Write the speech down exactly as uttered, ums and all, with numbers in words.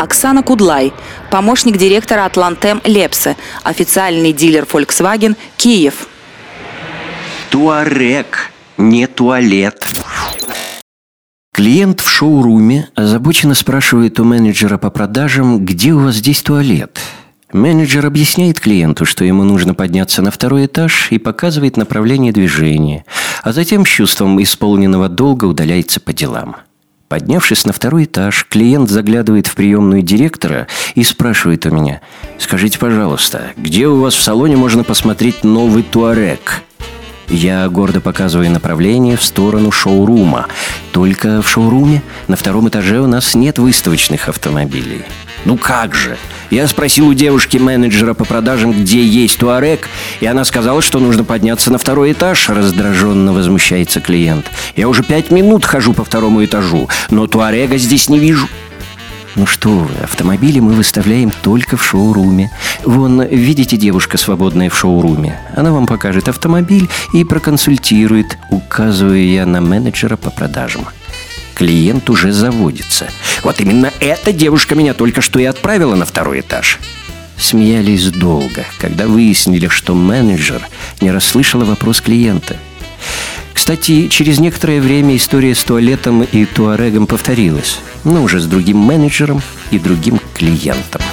Оксана Кудлай, помощник директора Атлантем Лепсе, официальный дилер Volkswagen, Киев. Туарек, не туалет. Клиент в шоуруме озабоченно спрашивает у менеджера по продажам, где у вас здесь туалет. Менеджер объясняет клиенту, что ему нужно подняться на второй этаж, и показывает направление движения, а затем с чувством исполненного долга удаляется по делам. Поднявшись на второй этаж, клиент заглядывает в приемную директора и спрашивает у меня: «Скажите, пожалуйста, где у вас в салоне можно посмотреть новый Туарек?» Я гордо показываю направление в сторону шоурума. Только в шоуруме на втором этаже у нас нет выставочных автомобилей. Ну как же? Я спросил у девушки-менеджера по продажам, где есть Туарек, и она сказала, что нужно подняться на второй этаж. Раздраженно возмущается клиент. Я уже пять минут хожу по второму этажу, но Туарега здесь не вижу. Ну что вы, автомобили мы выставляем только в шоуруме. Вон, видите, девушка свободная в шоуруме? Она вам покажет автомобиль и проконсультирует, указываю я на менеджера по продажам. Клиент уже заводится. Вот именно эта девушка меня только что и отправила на второй этаж. Смеялись долго, когда выяснили, что менеджер не расслышала вопрос клиента. Кстати, через некоторое время история с туалетом и Туарегом повторилась, но уже с другим менеджером и другим клиентом.